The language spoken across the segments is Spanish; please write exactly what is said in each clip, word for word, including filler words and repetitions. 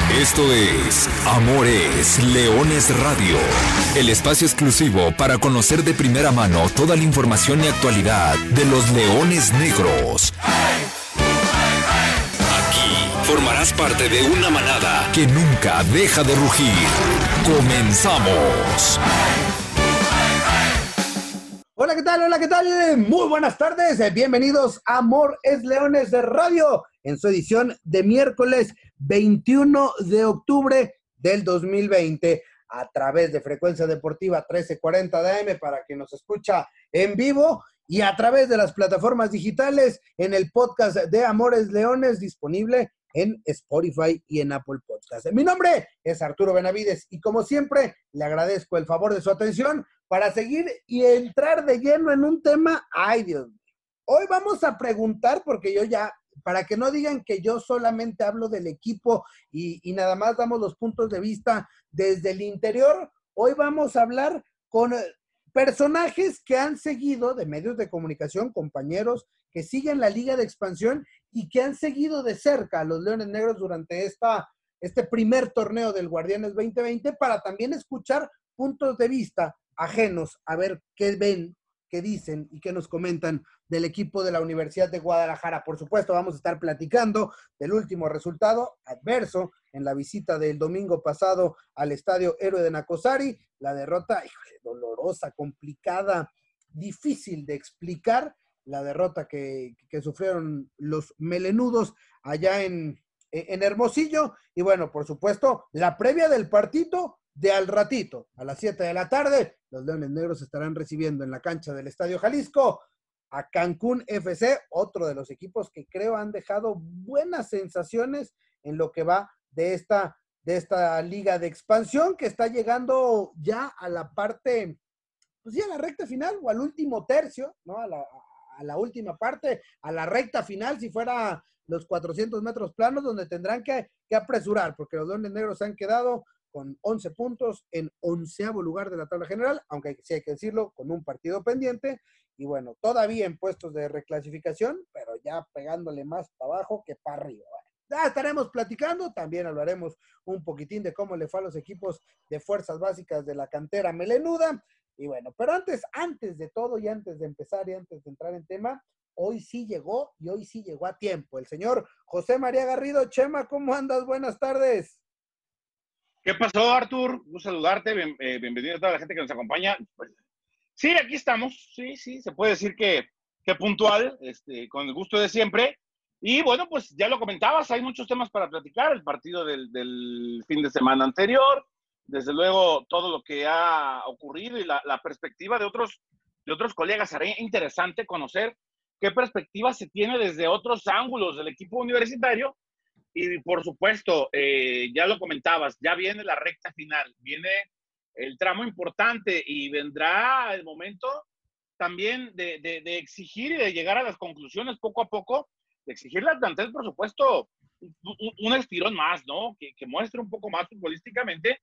Esto es Amores Leones Radio, el espacio exclusivo para conocer de primera mano toda la información y actualidad de los Leones Negros. Aquí formarás parte de una manada que nunca deja de rugir. ¡Comenzamos! Hola, ¿qué tal? Hola, ¿qué tal? Muy buenas tardes. Bienvenidos a Amores Leones de Radio en su edición de miércoles veintiuno de octubre del dos mil veinte a través de Frecuencia Deportiva trece cuarenta de A M para quien nos escucha en vivo y a través de las plataformas digitales en el podcast de Amores Leones disponible en Spotify y en Apple Podcast. Mi nombre es Arturo Benavides y como siempre le agradezco el favor de su atención para seguir y entrar de lleno en un tema. Ay, Dios mío. Hoy vamos a preguntar, porque yo ya, para que no digan que yo solamente hablo del equipo y, y nada más damos los puntos de vista desde el interior, hoy vamos a hablar con personajes que han seguido de medios de comunicación, compañeros que siguen la Liga de Expansión y que han seguido de cerca a los Leones Negros durante esta, este primer torneo del Guardianes veinte veinte para también escuchar puntos de vista ajenos, a ver qué ven, qué dicen y qué nos comentan del equipo de la Universidad de Guadalajara. Por supuesto, vamos a estar platicando del último resultado adverso en la visita del domingo pasado al Estadio Héroe de Nacosari, la derrota, híjole, dolorosa, complicada, difícil de explicar, la derrota que, que sufrieron los melenudos allá en, en Hermosillo, y bueno, por supuesto, la previa del partido de al ratito, a las siete de la tarde, los Leones Negros estarán recibiendo en la cancha del Estadio Jalisco a Cancún F C, otro de los equipos que creo han dejado buenas sensaciones en lo que va de esta, de esta liga de expansión que está llegando ya a la parte, pues ya a la recta final o al último tercio, ¿no? A la, a la última parte, a la recta final, si fuera los cuatrocientos metros planos, donde tendrán que, que apresurar, porque los Leones Negros se han quedado con once puntos en onceavo lugar de la tabla general, aunque sí hay que decirlo, con un partido pendiente, y bueno, todavía en puestos de reclasificación, pero ya pegándole más para abajo que para arriba. Ya estaremos platicando, también hablaremos un poquitín de cómo le fue a los equipos de fuerzas básicas de la cantera melenuda, y bueno, pero antes, antes de todo y antes de empezar y antes de entrar en tema, hoy sí llegó y hoy sí llegó a tiempo, el señor José María Garrido. Chema, ¿cómo andas? Buenas tardes. ¿Qué pasó, Artur? Gusto saludarte, bien, eh, bienvenido a toda la gente que nos acompaña. Pues, sí, aquí estamos, sí, sí, se puede decir que, que puntual, este, con el gusto de siempre. Y bueno, pues ya lo comentabas, hay muchos temas para platicar, el partido del, del fin de semana anterior, desde luego todo lo que ha ocurrido y la, la perspectiva de otros, de otros colegas. Sería interesante conocer qué perspectiva se tiene desde otros ángulos del equipo universitario. Y por supuesto, eh, ya lo comentabas, ya viene la recta final, viene el tramo importante y vendrá el momento también de, de, de exigir y de llegar a las conclusiones poco a poco, de exigirle al plantel, por supuesto, un, un estirón más, ¿no? Que, que muestre un poco más futbolísticamente,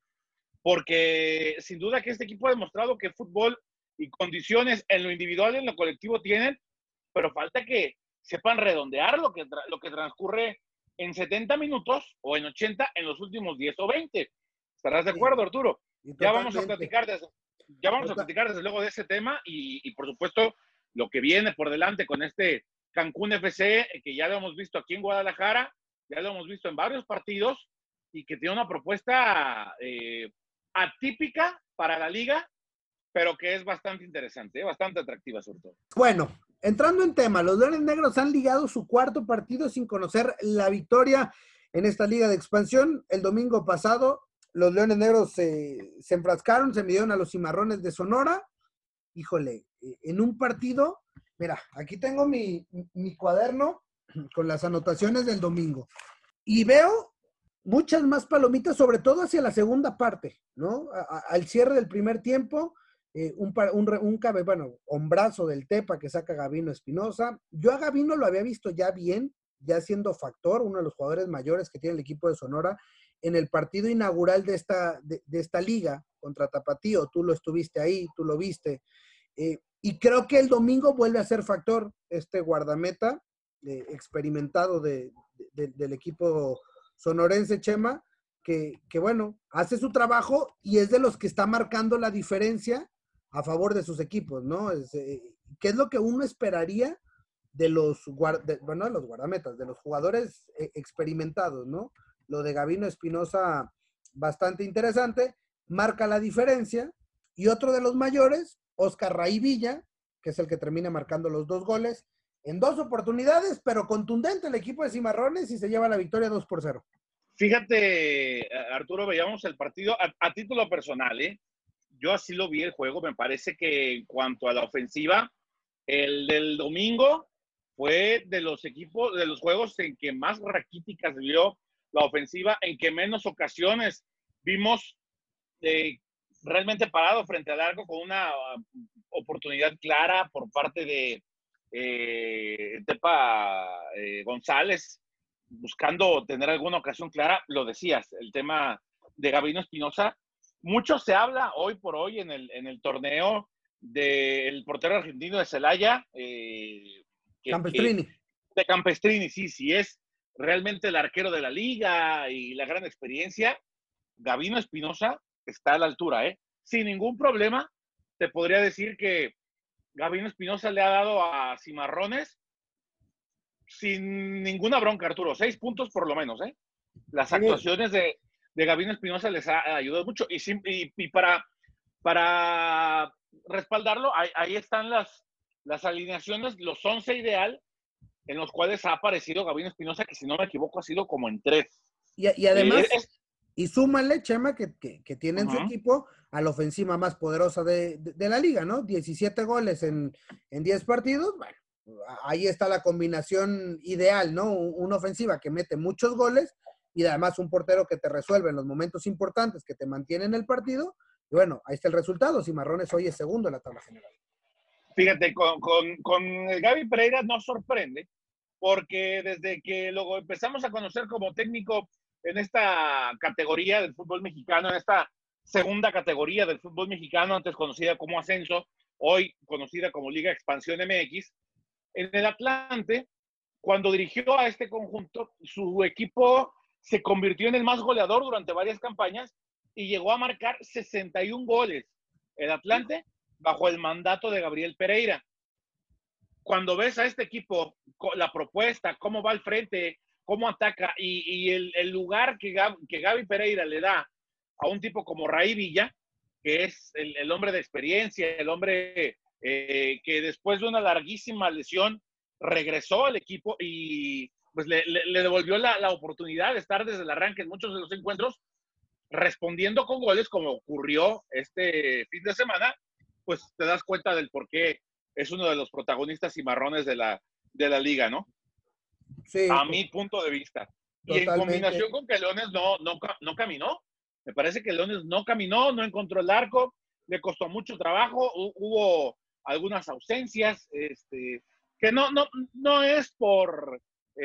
porque sin duda que este equipo ha demostrado que fútbol y condiciones en lo individual y en lo colectivo tienen, pero falta que sepan redondear lo que, lo que transcurre en setenta minutos o en ochenta en los últimos diez o veinte. ¿Estarás de acuerdo, Arturo? Ya vamos a platicar desde, ya vamos a platicar desde luego de ese tema y, y por supuesto lo que viene por delante con este Cancún F C, que ya lo hemos visto aquí en Guadalajara, ya lo hemos visto en varios partidos y que tiene una propuesta eh, atípica para la liga, pero que es bastante interesante, ¿eh? Bastante atractiva sobre todo. Bueno, entrando en tema, los Leones Negros han ligado su cuarto partido sin conocer la victoria en esta liga de expansión. El domingo pasado, los Leones Negros se, se enfrascaron, se midieron a los Cimarrones de Sonora. Híjole, en un partido, mira, aquí tengo mi, mi cuaderno con las anotaciones del domingo y veo muchas más palomitas, sobre todo hacia la segunda parte, ¿no? A, a, al cierre del primer tiempo. Eh, un, un, un cabe, bueno, hombrazo del Tepa que saca Gavino Espinosa. Yo a Gavino lo había visto ya bien, ya siendo factor, uno de los jugadores mayores que tiene el equipo de Sonora, en el partido inaugural de esta, de, de esta liga contra Tapatío. Tú lo estuviste ahí, tú lo viste. Eh, y creo que el domingo vuelve a ser factor este guardameta eh, experimentado de, de, del equipo sonorense, Chema, que, que, bueno, hace su trabajo y es de los que está marcando la diferencia a favor de sus equipos, ¿no? Es, eh, ¿qué es lo que uno esperaría de los, guard, de, bueno, de los guardametas, de los jugadores eh, experimentados, ¿no? Lo de Gabino Espinosa, bastante interesante, marca la diferencia. Y otro de los mayores, Oscar Raí Villa, que es el que termina marcando los dos goles en dos oportunidades, pero contundente el equipo de Cimarrones y se lleva la victoria dos por cero. Fíjate, Arturo, veíamos el partido a, a título personal, ¿eh? Yo así lo vi el juego. Me parece que en cuanto a la ofensiva, el del domingo fue de los equipos, de los juegos en que más raquíticas vio la ofensiva, en que menos ocasiones vimos eh, realmente parado frente al arco con una oportunidad clara por parte de eh, Tepa eh, González, buscando tener alguna ocasión clara. Lo decías, el tema de Gabino Espinosa. Mucho se habla hoy por hoy en el, en el torneo del portero argentino de Celaya. Eh, que, Campestrini. Que, de Campestrini, sí, sí es realmente el arquero de la liga y la gran experiencia. Gabino Espinosa está a la altura, ¿eh? Sin ningún problema, te podría decir que Gabino Espinosa le ha dado a Cimarrones sin ninguna bronca, Arturo. Seis puntos por lo menos, ¿eh? Las Sí. actuaciones de, de Gabino Espinosa les ha ayudado mucho. Y, y, y para, para respaldarlo, ahí, ahí están las, las alineaciones, los once ideal en los cuales ha aparecido Gabino Espinosa, que si no me equivoco ha sido como en tres. Y, y además, eh, es, y súmale, Chema, que, que, que tiene en uh-huh. su equipo a la ofensiva más poderosa de, de, de la liga, ¿no? diecisiete goles en, en diez partidos. Bueno, ahí está la combinación ideal, ¿no? Una ofensiva que mete muchos goles y además un portero que te resuelve en los momentos importantes, que te mantiene en el partido. Y bueno, ahí está el resultado. Cimarrones hoy es segundo en la tabla general. Fíjate, con, con, con el Gaby Pereira nos sorprende, porque desde que lo empezamos a conocer como técnico en esta categoría del fútbol mexicano, en esta segunda categoría del fútbol mexicano, antes conocida como Ascenso, hoy conocida como Liga Expansión M X, en el Atlante, cuando dirigió a este conjunto, su equipo se convirtió en el más goleador durante varias campañas y llegó a marcar sesenta y un goles. El Atlante, bajo el mandato de Gabriel Pereira. Cuando ves a este equipo, la propuesta, cómo va al frente, cómo ataca y, y el, el lugar que, Gab, que Gaby Pereira le da a un tipo como Raí Villa, que es el, el hombre de experiencia, el hombre eh, que después de una larguísima lesión regresó al equipo y pues le, le, le devolvió la, la oportunidad de estar desde el arranque en muchos de los encuentros, respondiendo con goles como ocurrió este fin de semana, pues te das cuenta del por qué es uno de los protagonistas cimarrones de la, de la liga, ¿no? Sí. A mi punto de vista. Totalmente. Y en combinación con que Leones no, no, no caminó. Me parece que Leones no caminó, no encontró el arco, le costó mucho trabajo, hubo algunas ausencias, este, que no, no, no es por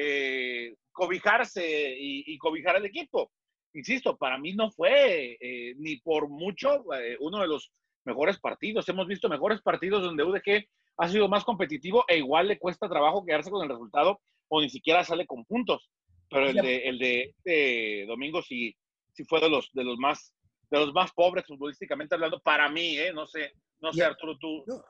eh, cobijarse y, y cobijar al equipo. Insisto, para mí no fue eh, ni por mucho eh, uno de los mejores partidos. Hemos visto mejores partidos donde U D G ha sido más competitivo e igual le cuesta trabajo quedarse con el resultado o ni siquiera sale con puntos. Pero el de, el de este domingo sí, sí fue de los, de los más de los más pobres futbolísticamente hablando para mí, ¿eh? No sé, no sé, Arturo, tú. No,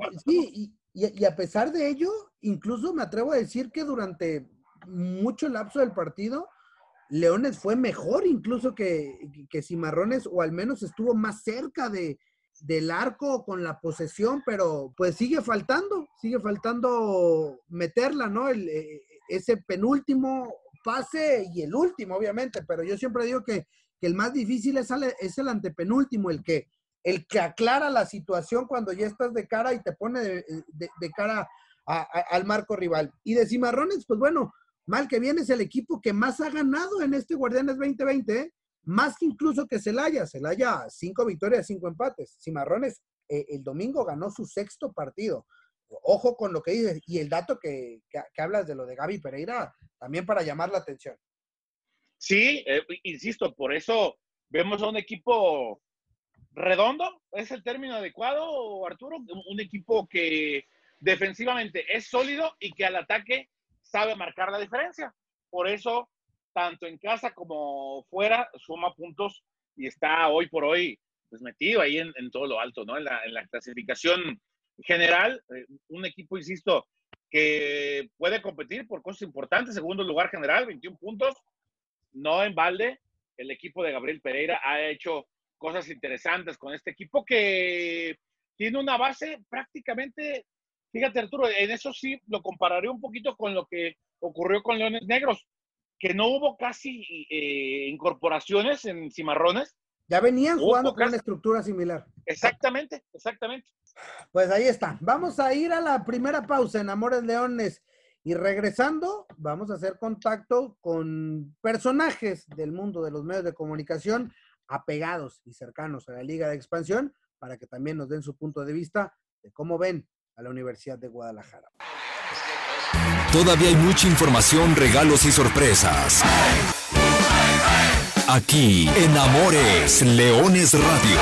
sí, y, y a pesar de ello, incluso me atrevo a decir que durante mucho lapso del partido, Leones fue mejor incluso que, que Cimarrones, o al menos estuvo más cerca de, del arco con la posesión, pero pues sigue faltando, sigue faltando meterla, ¿no? El, ese penúltimo pase y el último, obviamente, pero yo siempre digo que, que el más difícil es el, es el antepenúltimo, el que, el que aclara la situación cuando ya estás de cara y te pone de, de, de cara a, a, al marco rival. Y de Cimarrones, pues bueno, mal que bien es el equipo que más ha ganado en este Guardianes veinte veinte, ¿eh? Más que incluso que Celaya. Celaya, cinco victorias, cinco empates. Cimarrones, eh, el domingo ganó su sexto partido. Ojo con lo que dices. Y el dato que, que, que hablas de lo de Gaby Pereira, también para llamar la atención. Sí, eh, insisto, por eso vemos a un equipo redondo, ¿es el término adecuado, Arturo? Un equipo que defensivamente es sólido y que al ataque sabe marcar la diferencia. Por eso tanto en casa como fuera, suma puntos y está hoy por hoy pues, metido ahí en, en todo lo alto, ¿no? En la, en la clasificación general, eh, un equipo, insisto, que puede competir por cosas importantes, segundo lugar general, veintiún puntos, no en balde, el equipo de Gabriel Pereira ha hecho cosas interesantes con este equipo que tiene una base prácticamente, fíjate Arturo, en eso sí lo compararé un poquito con lo que ocurrió con Leones Negros, que no hubo casi eh, incorporaciones en Cimarrones. Ya venían Hubo jugando pocas. con una estructura similar. Exactamente, exactamente. Pues ahí está. Vamos a ir a la primera pausa en Amores Leones y regresando vamos a hacer contacto con personajes del mundo de los medios de comunicación apegados y cercanos a la Liga de Expansión para que también nos den su punto de vista de cómo ven a la Universidad de Guadalajara. Todavía hay mucha información, regalos y sorpresas. Aquí en Amores Leones Radio.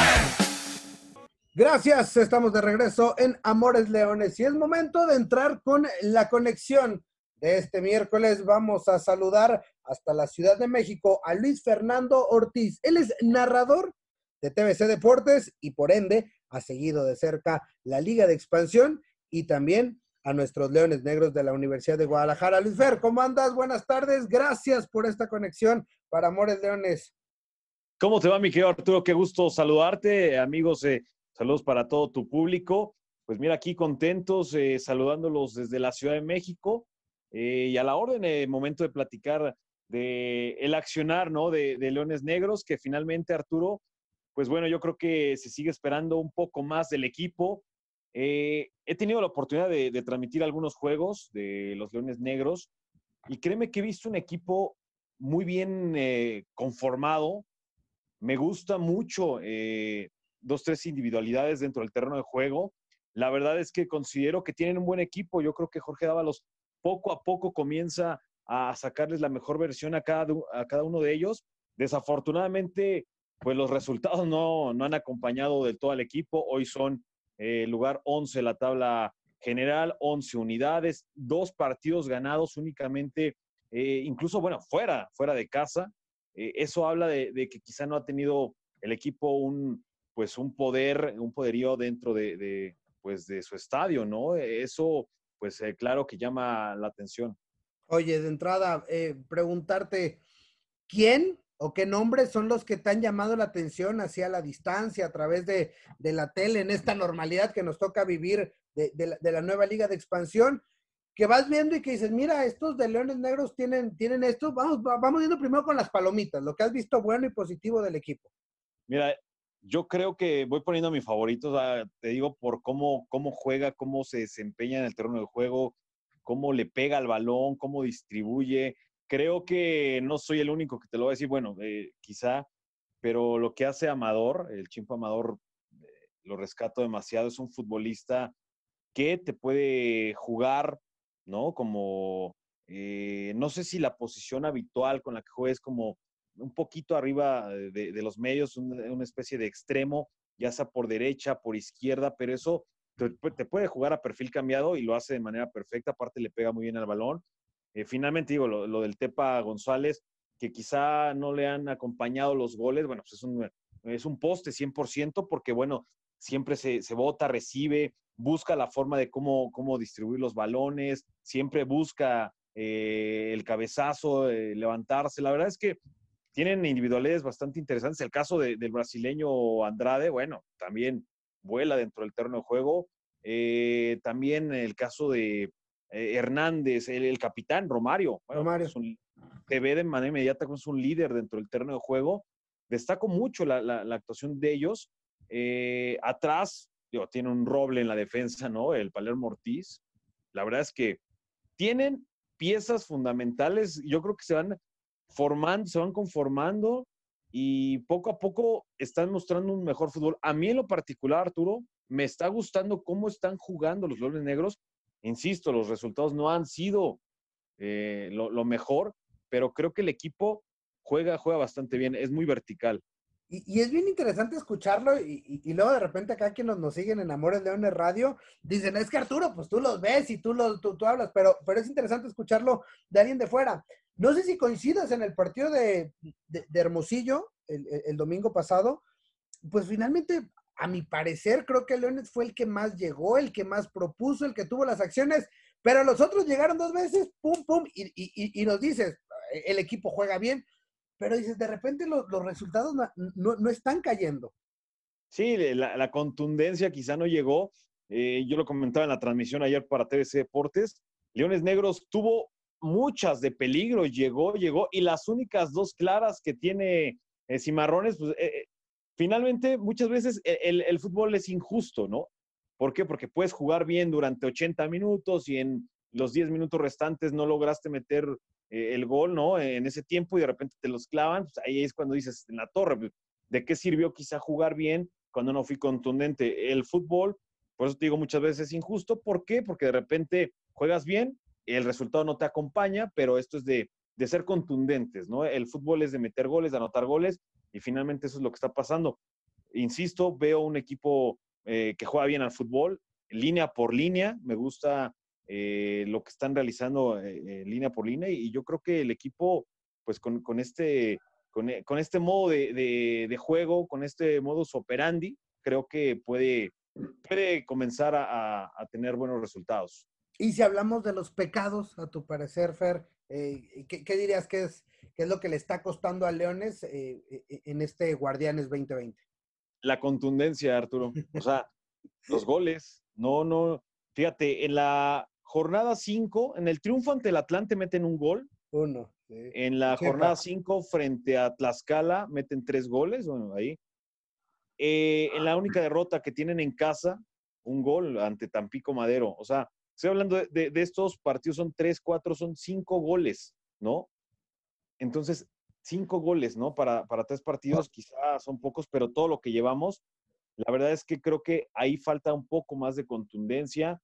Gracias, estamos de regreso en Amores Leones y es momento de entrar con la conexión de este miércoles. Vamos a saludar hasta la Ciudad de México a Luis Fernando Ortiz. Él es narrador de T V C Deportes y por ende ha seguido de cerca la Liga de Expansión y también a nuestros Leones Negros de la Universidad de Guadalajara. Luis Fer, ¿cómo andas? Buenas tardes, gracias por esta conexión para Amores Leones. ¿Cómo te va, mi querido Arturo? Qué gusto saludarte, amigos, eh, saludos para todo tu público. Pues mira, aquí contentos, eh, saludándolos desde la Ciudad de México eh, y a la orden, eh, momento de platicar de el accionar, ¿no? De, de Leones Negros, que finalmente, Arturo, pues bueno, yo creo que se sigue esperando un poco más del equipo. Eh, he tenido la oportunidad de, de transmitir algunos juegos de los Leones Negros y créeme que he visto un equipo muy bien eh, conformado. Me gusta mucho eh, dos, tres individualidades dentro del terreno de juego. La verdad es que considero que tienen un buen equipo. Yo creo que Jorge Dávalos poco a poco comienza a sacarles la mejor versión a cada, a cada uno de ellos. Desafortunadamente, pues los resultados no, no han acompañado del todo al equipo. Hoy son Eh, lugar once de la tabla general, once unidades, dos partidos ganados únicamente, eh, incluso, bueno, fuera, fuera de casa. Eh, eso habla de, de que quizá no ha tenido el equipo un, pues un poder, un poderío dentro de, de, pues de su estadio, ¿no? Eso, pues eh, claro que llama la atención. Oye, de entrada, eh, preguntarte, ¿quién o qué nombres son los que te han llamado la atención hacia la distancia, a través de, de la tele, en esta normalidad que nos toca vivir de, de, la, de la nueva Liga de Expansión, que vas viendo y que dices, mira, estos de Leones Negros tienen, tienen esto? Vamos, vamos viendo primero con las palomitas, lo que has visto bueno y positivo del equipo. Mira, yo creo que voy poniendo a mis favoritos, a, te digo, por cómo, cómo juega, cómo se desempeña en el terreno del juego, cómo le pega al balón, cómo distribuye. Creo que no soy el único que te lo voy a decir, bueno, eh, quizá, pero lo que hace Amador, el Chimpo Amador, eh, lo rescato demasiado, es un futbolista que te puede jugar, ¿no? Como, eh, no sé si la posición habitual con la que juega es como un poquito arriba de, de los medios, una, una especie de extremo, ya sea por derecha, por izquierda, pero eso te, te puede jugar a perfil cambiado y lo hace de manera perfecta, aparte le pega muy bien al balón. Eh, finalmente, digo, lo, lo del Tepa González, que quizá no le han acompañado los goles, bueno, pues es un, es un poste cien por ciento porque, bueno, siempre se, se bota, recibe, busca la forma de cómo, cómo distribuir los balones, siempre busca eh, el cabezazo, eh, levantarse. La verdad es que tienen individualidades bastante interesantes. El caso de, del brasileño Andrade, bueno, también vuela dentro del terreno de juego. Eh, también el caso de Eh, Hernández, el, el capitán Romario, bueno, Romario. Es un, te ve de manera inmediata como es un líder dentro del terreno de juego. Destaco mucho la, la, la actuación de ellos. Eh, atrás, digo, tiene un roble en la defensa, ¿no? El Palermo Ortiz. La verdad es que tienen piezas fundamentales. Yo creo que se van formando, se van conformando y poco a poco están mostrando un mejor fútbol. A mí en lo particular, Arturo, me está gustando cómo están jugando los Leones Negros. Insisto, los resultados no han sido eh, lo, lo mejor, pero creo que el equipo juega, juega bastante bien, es muy vertical. Y, y es bien interesante escucharlo y, y, y luego de repente acá quienes nos siguen en Amores Leones Radio dicen, es que Arturo, pues tú los ves y tú, los, tú, tú hablas, pero, pero es interesante escucharlo de alguien de fuera. No sé si coincidas en el partido de, de, de Hermosillo, el, el, el domingo pasado, pues finalmente, a mi parecer, creo que Leones fue el que más llegó, el que más propuso, el que tuvo las acciones, pero los otros llegaron dos veces, pum, pum, y, y, y nos dices, el equipo juega bien, pero dices, de repente los, los resultados no, no, no están cayendo. Sí, la, la contundencia quizá no llegó. Eh, yo lo comentaba en la transmisión ayer para T V C Deportes. Leones Negros tuvo muchas de peligro, llegó, llegó, y las únicas dos claras que tiene eh, Cimarrones, pues eh, finalmente muchas veces el, el fútbol es injusto, ¿no? ¿Por qué? Porque puedes jugar bien durante ochenta minutos y en los diez minutos restantes no lograste meter eh, el gol, ¿no? En ese tiempo y de repente te los clavan, pues ahí es cuando dices, en la torre, ¿de qué sirvió quizá jugar bien cuando no fui contundente? El fútbol, por eso te digo muchas veces es injusto. ¿Por qué? Porque de repente juegas bien, el resultado no te acompaña, pero esto es de, de ser contundentes, ¿no? El fútbol es de meter goles, de anotar goles, y finalmente eso es lo que está pasando. Insisto, veo un equipo eh, que juega bien al fútbol, línea por línea, me gusta eh, lo que están realizando eh, línea por línea, y yo creo que el equipo, pues con, con este... Con, con este modo de, de, de juego, con este modus operandi, creo que puede, puede comenzar a, a, a tener buenos resultados. Y si hablamos de los pecados, a tu parecer, Fer, eh, ¿qué, ¿qué dirías que es, qué es lo que le está costando a Leones eh, en este Guardianes veinte veinte? La contundencia, Arturo. O sea, los goles. No, no. Fíjate, en la jornada cinco, en el triunfo ante el Atlante meten un gol. Uno. Sí. En la Chepa. jornada cinco, frente a Tlaxcala, meten tres goles. Bueno, ahí. Eh, en la única derrota que tienen en casa, un gol ante Tampico Madero. O sea, estoy hablando de, de, de estos partidos, son tres, cuatro, son cinco goles, ¿no? Entonces, cinco goles, ¿no? Para, para tres partidos quizás son pocos, pero todo lo que llevamos, la verdad es que creo que ahí falta un poco más de contundencia.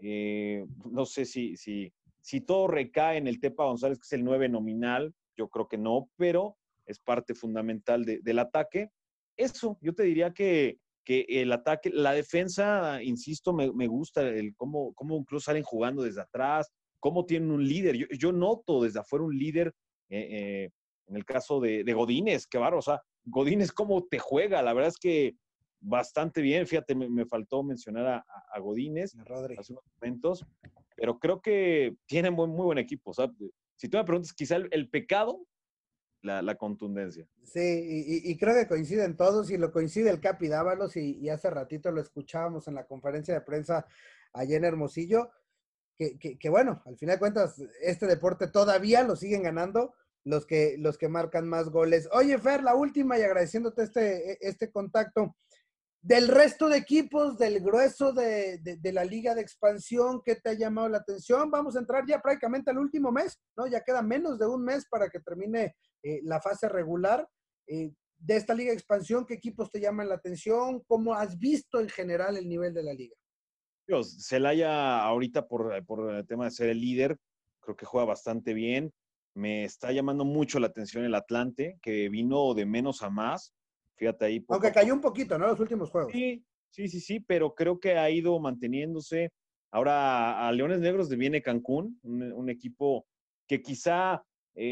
Eh, no sé si, si, si todo recae en el Tepa González, que es el nueve nominal, yo creo que no, pero es parte fundamental de, del ataque. Eso, yo te diría que, que el ataque, la defensa, insisto, me, me gusta el cómo, cómo incluso salen jugando desde atrás, cómo tienen un líder. Yo, yo noto desde afuera un líder, eh, eh, en el caso de, de Godínez, qué barro, o sea, Godínez cómo te juega, la verdad es que bastante bien, fíjate, me, me faltó mencionar a, a Godínez hace unos momentos, pero creo que tienen muy, muy buen equipo, o sea, si tú me preguntas, quizá el, el pecado, la, la contundencia. Sí, y, y creo que coinciden todos, y lo coincide el Capi Dávalos, y, y hace ratito lo escuchábamos en la conferencia de prensa allá en Hermosillo, que, que, que bueno, al final de cuentas, este deporte todavía lo siguen ganando los que, los que marcan más goles. Oye, Fer, la última, y agradeciéndote este, este contacto, del resto de equipos, del grueso de, de, de la liga de expansión, ¿qué te ha llamado la atención? Vamos a entrar ya prácticamente al último mes, ¿no? Ya queda menos de un mes para que termine eh, la fase regular eh, de esta liga de expansión. ¿Qué equipos te llaman la atención? ¿Cómo has visto en general el nivel de la liga? Dios, Celaya ahorita por, por el tema de ser el líder, creo que juega bastante bien. Me está llamando mucho la atención el Atlante, que vino de menos a más. Fíjate ahí. Poco Aunque cayó un poquito, ¿no? Los últimos juegos. Sí, sí, sí, sí, pero creo que ha ido manteniéndose. Ahora a Leones Negros le viene Cancún, un, un equipo que quizá,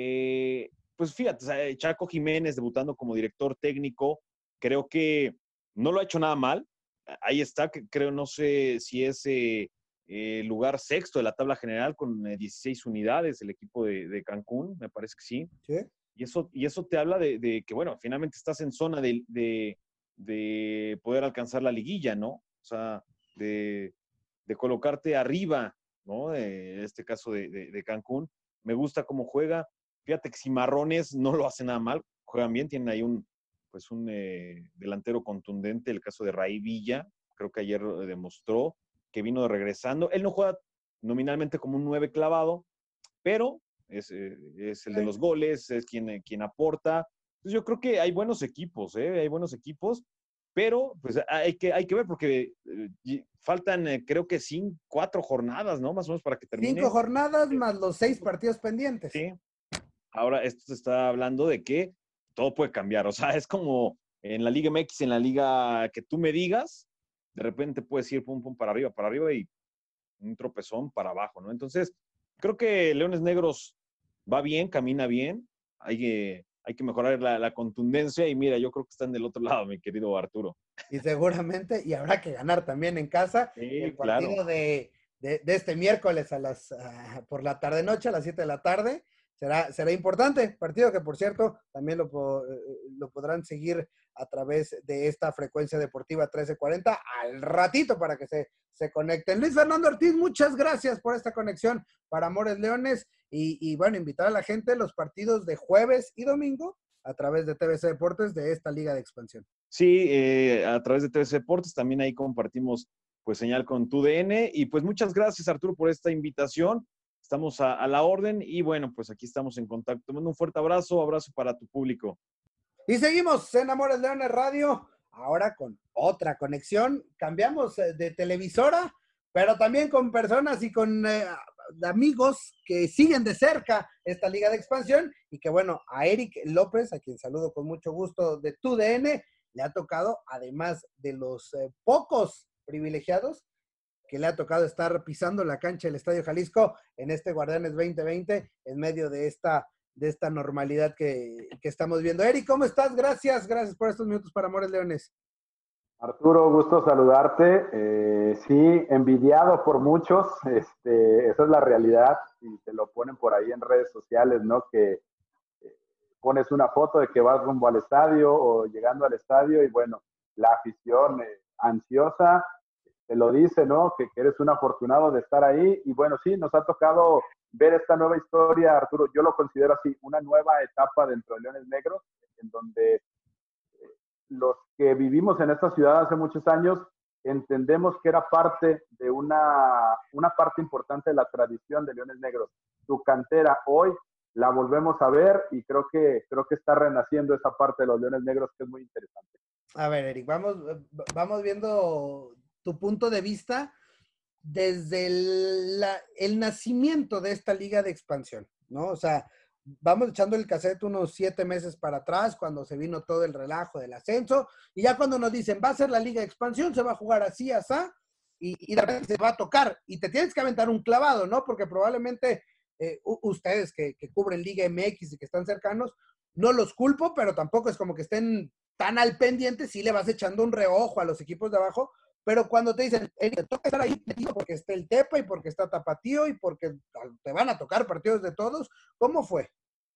eh, pues fíjate, o sea, Chaco Jiménez debutando como director técnico, creo que no lo ha hecho nada mal. Ahí está, que creo, no sé si es eh, eh, lugar sexto de la tabla general con eh, dieciséis unidades el equipo de, de Cancún, me parece que sí. Sí. Y eso, y eso te habla de, de que, bueno, finalmente estás en zona de, de, de poder alcanzar la liguilla, ¿no? O sea, de, de colocarte arriba, ¿no? En este caso de, de, de Cancún. Me gusta cómo juega. Fíjate que Cimarrones no lo hace nada mal, juegan bien, tienen ahí un, pues un eh, delantero contundente, el caso de Raí Villa, creo que ayer demostró que vino de regresando. Él no juega nominalmente como un nueve clavado, pero es, es el de los goles, es quien, quien aporta. Entonces yo creo que hay buenos equipos, ¿eh? Hay buenos equipos, pero pues hay que, hay que ver porque eh, faltan eh, creo que cinco, cuatro jornadas, ¿no? Más o menos para que termine. Cinco jornadas más los seis partidos pendientes. Sí. Ahora esto se está hablando de que todo puede cambiar, o sea, es como en la Liga M X, en la liga que tú me digas, de repente puedes ir pum, pum, para arriba, para arriba y un tropezón para abajo, ¿no? Entonces, creo que Leones Negros va bien, camina bien, hay que, hay que mejorar la, la contundencia y mira, yo creo que están del otro lado, mi querido Arturo. Y seguramente, y habrá que ganar también en casa el Sí, claro. partido de, de, de este miércoles a las, uh, por la tarde-noche, a las siete de la tarde. Será, será importante, partido que por cierto también lo, lo podrán seguir a través de esta frecuencia deportiva trece cuarenta al ratito para que se, se conecten. Luis Fernando Ortiz, muchas gracias por esta conexión para Amores Leones y, y bueno, invitar a la gente a los partidos de jueves y domingo a través de T V C Deportes de esta Liga de Expansión. Sí, eh, a través de T V C Deportes también ahí compartimos pues señal con tu D N y pues muchas gracias Arturo por esta invitación. Estamos a, a la orden y bueno, pues aquí estamos en contacto. Te mando un fuerte abrazo, abrazo para tu público. Y seguimos en Amores Leones Radio, ahora con otra conexión. Cambiamos de televisora, pero también con personas y con eh, amigos que siguen de cerca esta Liga de Expansión y que bueno, a Eric López, a quien saludo con mucho gusto de tu D N, le ha tocado, además de los eh, pocos privilegiados, que le ha tocado estar pisando la cancha del Estadio Jalisco en este Guardianes veinte veinte en medio de esta, de esta normalidad que, que estamos viendo. Eric, ¿cómo estás? Gracias, gracias por estos minutos para Amores Leones. Arturo, gusto saludarte. Eh, sí, envidiado por muchos, este, esa es la realidad y te lo ponen por ahí en redes sociales, ¿no? Que eh, pones una foto de que vas rumbo al estadio o llegando al estadio y bueno, la afición eh, ansiosa te lo dice, ¿no? Que, que eres un afortunado de estar ahí. Y bueno, sí, nos ha tocado ver esta nueva historia, Arturo. Yo lo considero así, una nueva etapa dentro de Leones Negros, en donde eh, los que vivimos en esta ciudad hace muchos años entendemos que era parte de una, una parte importante de la tradición de Leones Negros. Su cantera hoy la volvemos a ver y creo que, creo que está renaciendo esa parte de los Leones Negros que es muy interesante. A ver, Eric, vamos, vamos viendo tu punto de vista desde el, la, el nacimiento de esta liga de expansión, ¿no? O sea, vamos echando el cassette unos siete meses para atrás, cuando se vino todo el relajo del ascenso, y ya cuando nos dicen, va a ser la liga de expansión, se va a jugar así, así, y, y de repente se va a tocar, y te tienes que aventar un clavado, ¿no? Porque probablemente eh, ustedes que, que cubren Liga M X y que están cercanos, no los culpo, pero tampoco es como que estén tan al pendiente, si le vas echando un reojo a los equipos de abajo, pero cuando te dicen, te toca estar ahí porque está el Tepa y porque está Tapatío y porque te van a tocar partidos de todos, ¿cómo fue?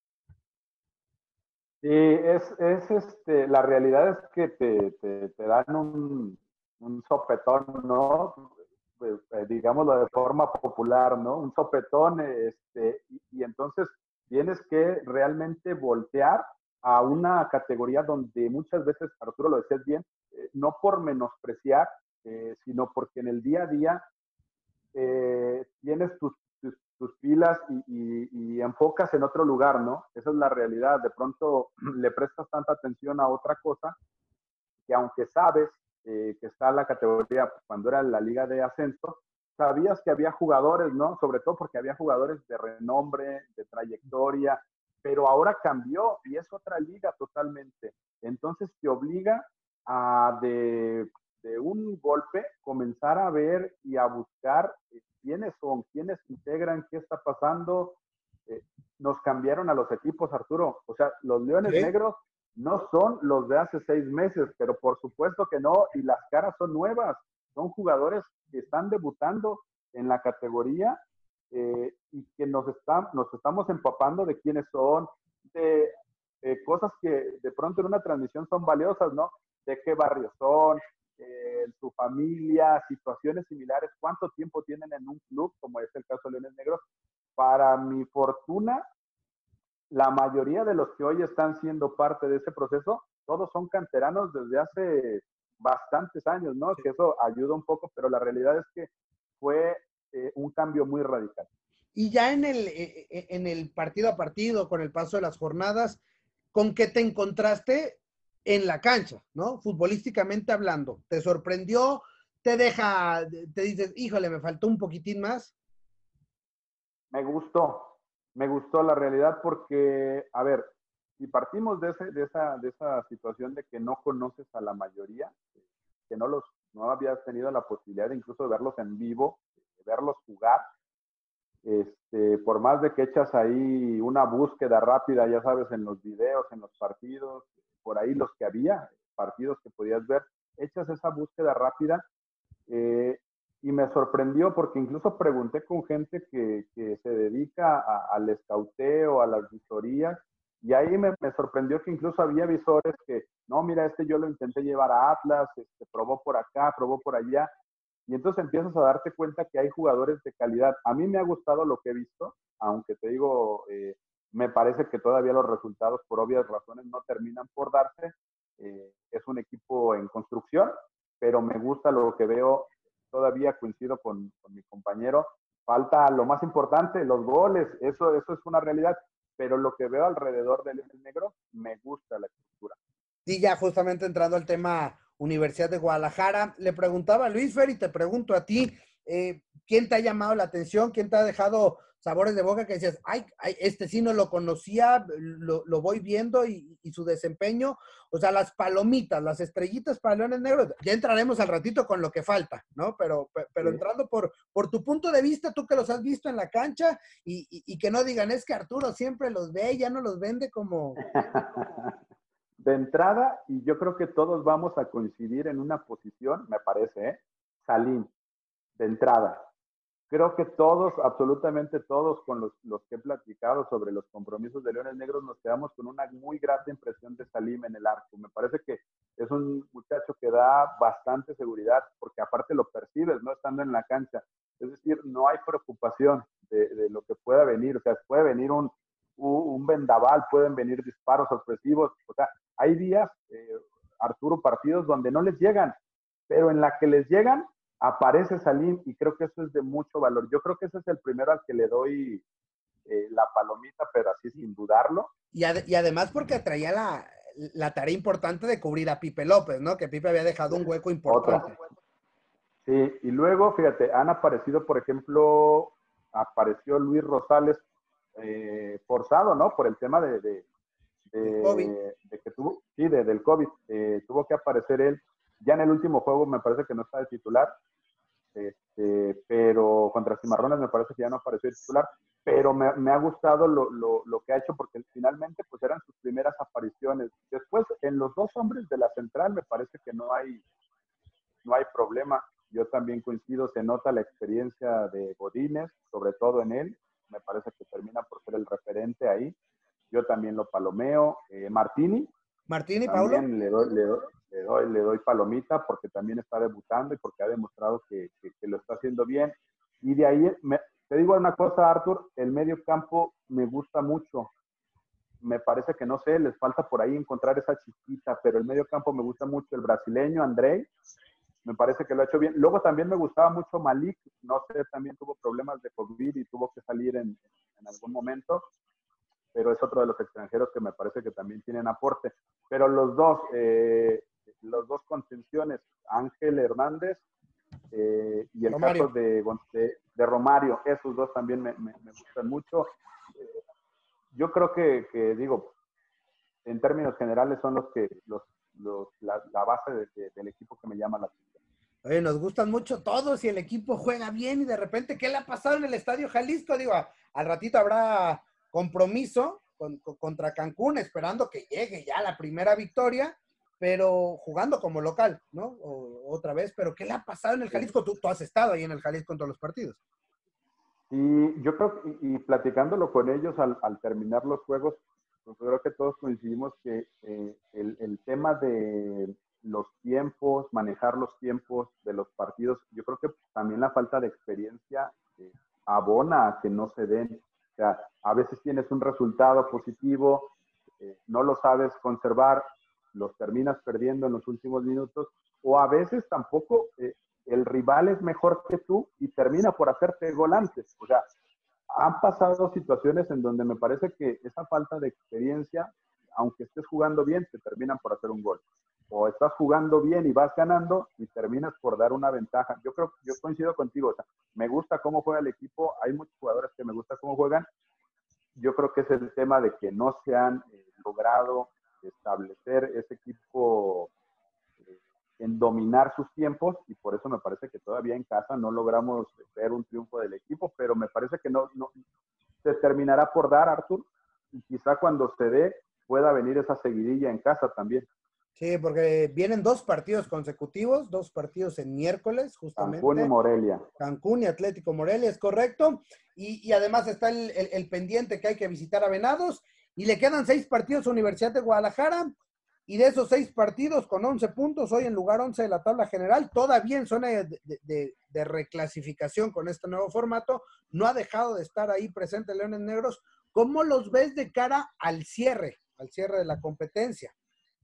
Sí, es, es este, la realidad es que te, te, te dan un, un sopetón, ¿no? Pues, eh, digámoslo de forma popular, ¿no? Un sopetón, este, y, y entonces tienes que realmente voltear a una categoría donde muchas veces, Arturo lo decías bien, eh, no por menospreciar, eh, sino porque en el día a día eh, tienes tus, tus, tus pilas y, y, y enfocas en otro lugar, ¿no? Esa es la realidad. De pronto le prestas tanta atención a otra cosa que aunque sabes eh, que está la categoría, pues, cuando era la liga de ascenso, sabías que había jugadores, ¿no? Sobre todo porque había jugadores de renombre, de trayectoria, pero ahora cambió y es otra liga totalmente. Entonces te obliga a de, de un golpe comenzar a ver y a buscar eh, quiénes son, quiénes integran, qué está pasando. Eh, nos cambiaron a los equipos, Arturo. O sea, los Leones ¿Sí? Negros no son los de hace seis meses, pero por supuesto que no, y las caras son nuevas. Son jugadores que están debutando en la categoría eh, y que nos, está, nos estamos empapando de quiénes son, de eh, cosas que de pronto en una transmisión son valiosas, ¿no? De qué barrio son, eh, su familia, situaciones similares, cuánto tiempo tienen en un club, como es el caso de Leones Negros. Para mi fortuna, la mayoría de los que hoy están siendo parte de ese proceso, todos son canteranos desde hace bastantes años, ¿no? Sí. Que eso ayuda un poco, pero la realidad es que fue eh, un cambio muy radical. Y ya en el, en el partido a partido, con el paso de las jornadas, ¿con qué te encontraste en la cancha, ¿no? Futbolísticamente hablando, ¿te sorprendió? ¿Te deja, te dices, híjole, me faltó un poquitín más? Me gustó, me gustó la realidad porque, a ver, si partimos de, ese, de, esa, de esa situación de que no conoces a la mayoría, que no, los, no habías tenido la posibilidad de incluso de verlos en vivo, de verlos jugar, Este, por más de que echas ahí una búsqueda rápida, ya sabes, en los videos, en los partidos, por ahí los que había, partidos que podías ver, echas esa búsqueda rápida eh, y me sorprendió porque incluso pregunté con gente que, que se dedica a, al escauteo, a las visorías, y ahí me, me sorprendió que incluso había visores que, no, mira, este yo lo intenté llevar a Atlas, este, probó por acá, probó por allá, y entonces empiezas a darte cuenta que hay jugadores de calidad. A mí me ha gustado lo que he visto, aunque te digo, eh, me parece que todavía los resultados, por obvias razones, no terminan por darse. Eh, es un equipo en construcción, pero me gusta lo que veo. Todavía coincido con, con mi compañero. Falta lo más importante, los goles. Eso, eso es una realidad. Pero lo que veo alrededor del negro, me gusta la estructura. Sí, ya justamente entrando al tema Universidad de Guadalajara, le preguntaba a Luis Fer y te pregunto a ti, eh, ¿quién te ha llamado la atención? ¿Quién te ha dejado sabores de boca que decías, ay, ay este sí no lo conocía, lo, lo voy viendo y, y su desempeño? O sea, las palomitas, las estrellitas para Leones Negros, ya entraremos al ratito con lo que falta, ¿no? Pero, pero Sí. entrando por, por tu punto de vista, tú que los has visto en la cancha y, y, y que no digan, es que Arturo siempre los ve, ya no los vende como... De entrada, y yo creo que todos vamos a coincidir en una posición, me parece, ¿eh? Salim, de entrada. Creo que todos, absolutamente todos, con los, los que he platicado sobre los compromisos de Leones Negros, nos quedamos con una muy grata impresión de Salim en el arco. Me parece que es un muchacho que da bastante seguridad, porque aparte lo percibes, ¿no? Estando en la cancha. Es decir, no hay preocupación de, de lo que pueda venir. O sea, puede venir un, un vendaval, pueden venir disparos sorpresivos. O sea, hay días, eh, Arturo, partidos donde no les llegan, pero en la que les llegan, aparece Salim y creo que eso es de mucho valor. Yo creo que ese es el primero al que le doy eh, la palomita, pero así sin dudarlo. Y, ad y además porque traía la, la tarea importante de cubrir a Pipe López, ¿no? Que Pipe había dejado un hueco importante. Otra. Sí, y luego, fíjate, han aparecido, por ejemplo, apareció Luis Rosales eh, forzado, ¿no? Por el tema de, de, de, COVID. de que tuvo, sí, de, del COVID. Eh, tuvo que aparecer él. Ya en el último juego me parece que no está de titular. Este, pero contra Cimarrones me parece que ya no apareció de titular, pero me, me ha gustado lo, lo, lo que ha hecho porque finalmente pues eran sus primeras apariciones. Después en los dos hombres de la central me parece que no hay, no hay problema. Yo también coincido, se nota la experiencia de Godínez, sobre todo en él, me parece que termina por ser el referente ahí. Yo también lo palomeo. Eh, Martini. Martini, también Paulo. Le doy, le, doy, le, doy, le doy palomita porque también está debutando y porque ha demostrado que, que, que lo está haciendo bien. Y de ahí, me, te digo una cosa, Arthur, el medio campo me gusta mucho. Me parece que, no sé, les falta por ahí encontrar esa chiquita, pero el medio campo me gusta mucho. El brasileño, Andrei, me parece que lo ha hecho bien. Luego también me gustaba mucho Malik, no sé, también tuvo problemas de COVID y tuvo que salir en, en algún momento, pero es otro de los extranjeros que me parece que también tienen aporte. Pero los dos, eh, los dos contenciones, Ángel Hernández eh, y el Romario. caso de, de, de Romario, esos dos también me, me, me gustan mucho. Eh, yo creo que, que, digo, en términos generales son los que, los, los, la, la base de, de, del equipo que me llama la atención. Oye, nos gustan mucho todos y el equipo juega bien y de repente, ¿qué le ha pasado en el Estadio Jalisco? Digo, al ratito habrá compromiso con, con, contra Cancún, esperando que llegue ya la primera victoria, pero jugando como local, ¿no? O, otra vez, pero ¿qué le ha pasado en el Jalisco? Tú, tú has estado ahí en el Jalisco en todos los partidos. Y yo creo, y, y platicándolo con ellos al, al terminar los juegos, pues creo que todos coincidimos que eh, el, el tema de los tiempos, manejar los tiempos de los partidos, yo creo que también la falta de experiencia eh, abona a que no se den. O sea, a veces tienes un resultado positivo, eh, no lo sabes conservar, los terminas perdiendo en los últimos minutos, o a veces tampoco eh, el rival es mejor que tú y termina por hacerte gol antes. O sea, han pasado situaciones en donde me parece que esa falta de experiencia, aunque estés jugando bien, te terminan por hacer un gol. O estás jugando bien y vas ganando y terminas por dar una ventaja. Yo creo, yo coincido contigo, o sea, me gusta cómo juega el equipo, hay muchos jugadores que me gusta cómo juegan. Yo creo que es el tema de que no se han eh, logrado establecer ese equipo eh, en dominar sus tiempos, y por eso me parece que todavía en casa no logramos ver un triunfo del equipo, pero me parece que no, no se terminará por dar, Artur, y quizá cuando se dé pueda venir esa seguidilla en casa también. Sí, porque vienen dos partidos consecutivos, dos partidos en miércoles, justamente. Cancún y Morelia. Cancún y Atlético Morelia, es correcto. Y, y además está el, el, el pendiente que hay que visitar a Venados. Y le quedan seis partidos a Universidad de Guadalajara. Y de esos seis partidos, con once puntos, hoy en lugar once de la tabla general, todavía en zona de, de, de reclasificación con este nuevo formato, no ha dejado de estar ahí presente Leones Negros. ¿Cómo los ves de cara al cierre, al cierre de la competencia?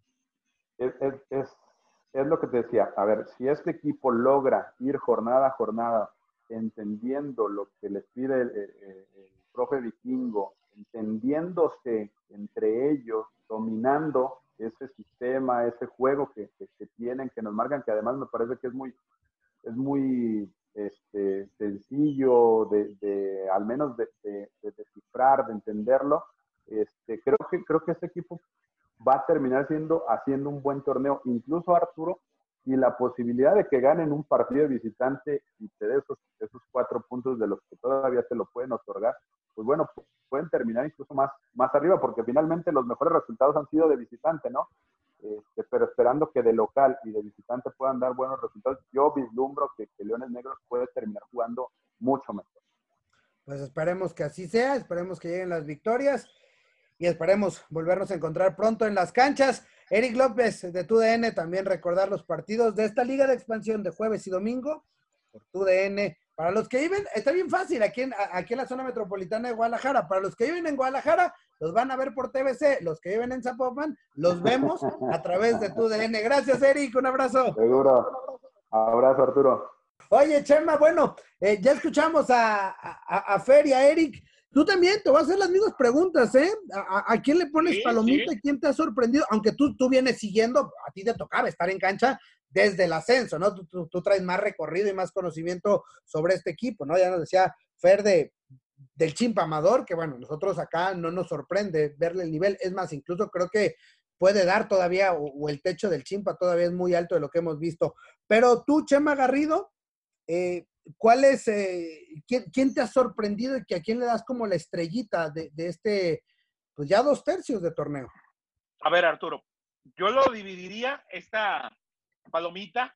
Es, es, es, es lo que te decía. A ver, si este equipo logra ir jornada a jornada entendiendo lo que les pide el, el, el profe Vikingo, entendiéndose entre ellos, dominando ese sistema, ese juego que, que, que tienen, que nos marcan, que además me parece que es muy, es muy este, sencillo de, de, al menos de, de, de descifrar, de entenderlo. Este, creo que, creo que este equipo va a terminar siendo, haciendo un buen torneo, incluso Arturo, y la posibilidad de que ganen un partido de visitante y te dé esos, esos cuatro puntos de los que todavía se lo pueden otorgar, pues bueno, pueden terminar incluso más, más arriba, porque finalmente los mejores resultados han sido de visitante, ¿no? Este, pero esperando que de local y de visitante puedan dar buenos resultados, yo vislumbro que, que Leones Negros puede terminar jugando mucho mejor. Pues esperemos que así sea, esperemos que lleguen las victorias y esperemos volvernos a encontrar pronto en las canchas. Eric López de T U D N, también recordar los partidos de esta Liga de Expansión de jueves y domingo por T U D N. Para los que viven, está bien fácil, aquí en, aquí en la zona metropolitana de Guadalajara. Para los que viven en Guadalajara, los van a ver por T V C. Los que viven en Zapopan, los vemos a través de T U D N. Gracias, Eric, un abrazo. Seguro. Abrazo, Arturo. Oye, Chema, bueno, eh, ya escuchamos a, a, a Fer y a Eric. Tú también te voy a hacer las mismas preguntas, ¿eh? ¿A, a quién le pones sí, palomita sí. y quién te ha sorprendido? Aunque tú, tú vienes siguiendo, a ti te tocaba estar en cancha desde el ascenso, ¿no? Tú, tú, tú traes más recorrido y más conocimiento sobre este equipo, ¿no? Ya nos decía Fer de, del Chimpa Amador, que bueno, nosotros acá no nos sorprende verle el nivel. Es más, incluso creo que puede dar todavía, o, o el techo del Chimpa todavía es muy alto de lo que hemos visto. Pero tú, Chema Garrido, eh, ¿cuál es, eh, quién, quién te ha sorprendido y que a quién le das como la estrellita de, de este, pues ya dos tercios de torneo? A ver, Arturo, yo lo dividiría esta palomita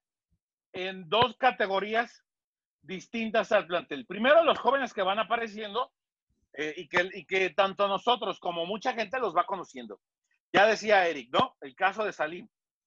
en dos categorías distintas al plantel. Primero, los jóvenes que van apareciendo eh, y, que, y que tanto nosotros como mucha gente los va conociendo. Ya decía Eric, ¿no? El caso de Salim,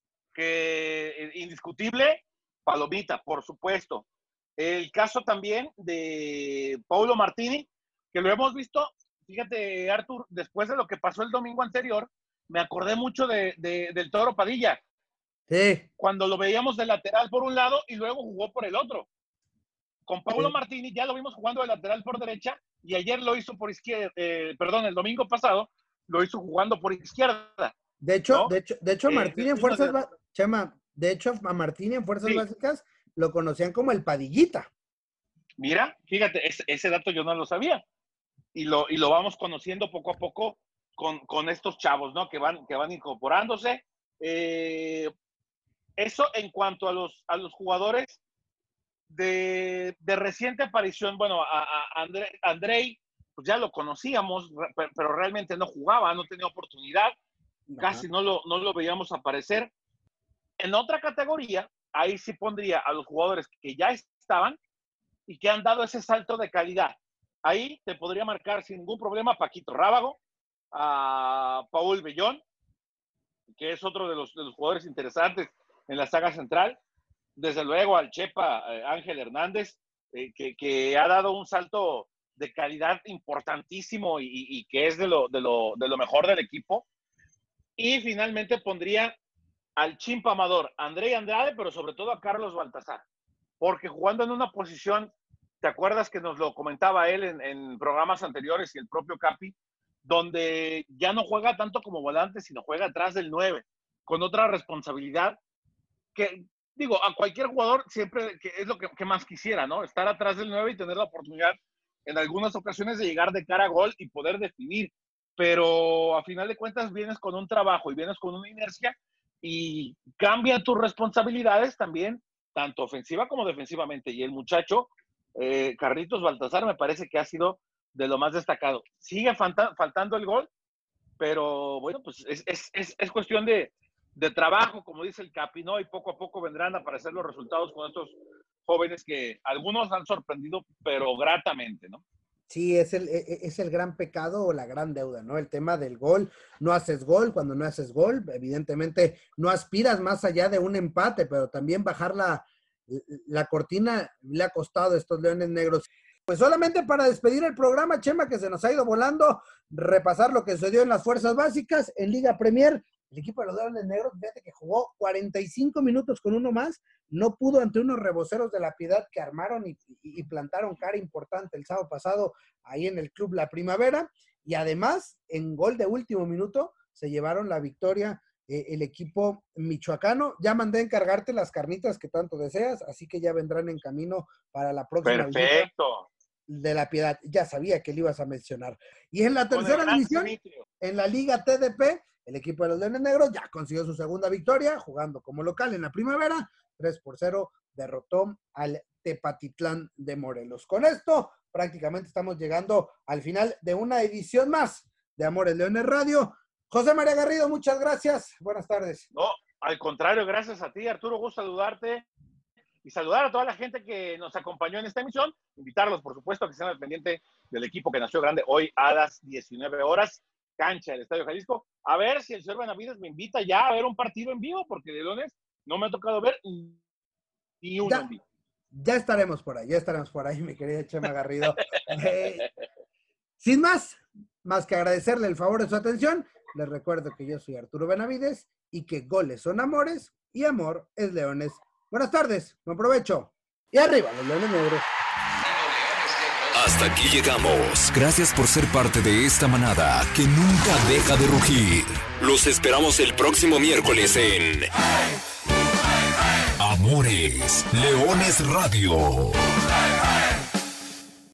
que eh, indiscutible, palomita, por supuesto. El caso también de Paulo Martini, que lo hemos visto, fíjate, Artur, después de lo que pasó el domingo anterior, me acordé mucho de, de, del Toro Padilla. Sí. Cuando lo veíamos de lateral por un lado y luego jugó por el otro. Con Paulo sí. Martini ya lo vimos jugando de lateral por derecha y ayer lo hizo por izquierda, eh, perdón, el domingo pasado lo hizo jugando por izquierda. De hecho, ¿no? de hecho, de hecho, eh, Martini en fuerzas, de... Chema, de hecho, a Martini en fuerzas sí. básicas lo conocían como el Padillita. Mira, fíjate, ese, ese dato yo no lo sabía. Y lo, y lo vamos conociendo poco a poco con, con estos chavos, ¿no? Que van, que van incorporándose. Eh, eso en cuanto a los, a los jugadores de, de reciente aparición, bueno, a, a André, Andrei, pues ya lo conocíamos, pero realmente no jugaba, no tenía oportunidad, Ajá. casi no lo, no lo veíamos aparecer. En otra categoría, ahí sí pondría a los jugadores que ya estaban y que han dado ese salto de calidad. Ahí te podría marcar sin ningún problema a Paquito Rábago, a Paul Bellón, que es otro de los, de los jugadores interesantes en la saga central. Desde luego al Chepa eh, Ángel Hernández, eh, que, que ha dado un salto de calidad importantísimo y, y, y que es de lo, de, lo, de lo mejor del equipo. Y finalmente pondría al Chimpa Amador, André Andrade, pero sobre todo a Carlos Baltazar, porque jugando en una posición, ¿te acuerdas que nos lo comentaba él en, en programas anteriores y el propio Capi, donde ya no juega tanto como volante, sino juega atrás del nueve, con otra responsabilidad que, digo, a cualquier jugador siempre que es lo que, que más quisiera, ¿no? Estar atrás del nueve y tener la oportunidad en algunas ocasiones de llegar de cara a gol y poder definir, pero a final de cuentas vienes con un trabajo y vienes con una inercia y cambian tus responsabilidades también, tanto ofensiva como defensivamente. Y el muchacho, eh, Carlitos Baltazar, me parece que ha sido de lo más destacado. Sigue falta, faltando el gol, pero bueno, pues es, es, es, es cuestión de, de trabajo, como dice el Capi, ¿no? Y poco a poco vendrán a aparecer los resultados con estos jóvenes que algunos han sorprendido, pero gratamente, ¿no? Sí, es el, es el gran pecado o la gran deuda, ¿no? El tema del gol. No haces gol cuando no haces gol. Evidentemente no aspiras más allá de un empate, pero también bajar la, la cortina le ha costado a estos Leones Negros. Pues solamente para despedir el programa, Chema, que se nos ha ido volando, repasar lo que sucedió en las fuerzas básicas, en Liga Premier. El equipo de los Leones Negros, fíjate que jugó cuarenta y cinco minutos con uno más, no pudo ante unos reboceros de La Piedad que armaron y, y, y plantaron cara importante el sábado pasado ahí en el Club La Primavera, y además, en gol de último minuto, se llevaron la victoria eh, el equipo michoacano. Ya mandé a encargarte las carnitas que tanto deseas, así que ya vendrán en camino para la próxima Perfecto. de La Piedad. Ya sabía que le ibas a mencionar. Y en la tercera división, en la Liga T D P, el equipo de los Leones Negros ya consiguió su segunda victoria, jugando como local en La Primavera. tres por cero derrotó al Tepatitlán de Morelos. Con esto, prácticamente estamos llegando al final de una edición más de Amores Leones Radio. José María Garrido, muchas gracias. Buenas tardes. No, al contrario, gracias a ti, Arturo. Gusto saludarte y saludar a toda la gente que nos acompañó en esta emisión. Invitarlos, por supuesto, a que estén al pendiente del equipo que nació grande hoy a las diecinueve horas. Cancha del Estadio Jalisco. A ver si el señor Benavides me invita ya a ver un partido en vivo, porque de Leones no me ha tocado ver ni uno ya, en vivo. Ya estaremos por ahí, ya estaremos por ahí, mi querida Chema Garrido. eh, sin más, más que agradecerle el favor de su atención, les recuerdo que yo soy Arturo Benavides y que goles son amores y amor es Leones. Buenas tardes, buen provecho y arriba los Leones Negros. Hasta aquí llegamos. Gracias por ser parte de esta manada que nunca deja de rugir. Los esperamos el próximo miércoles en Amores Leones Radio.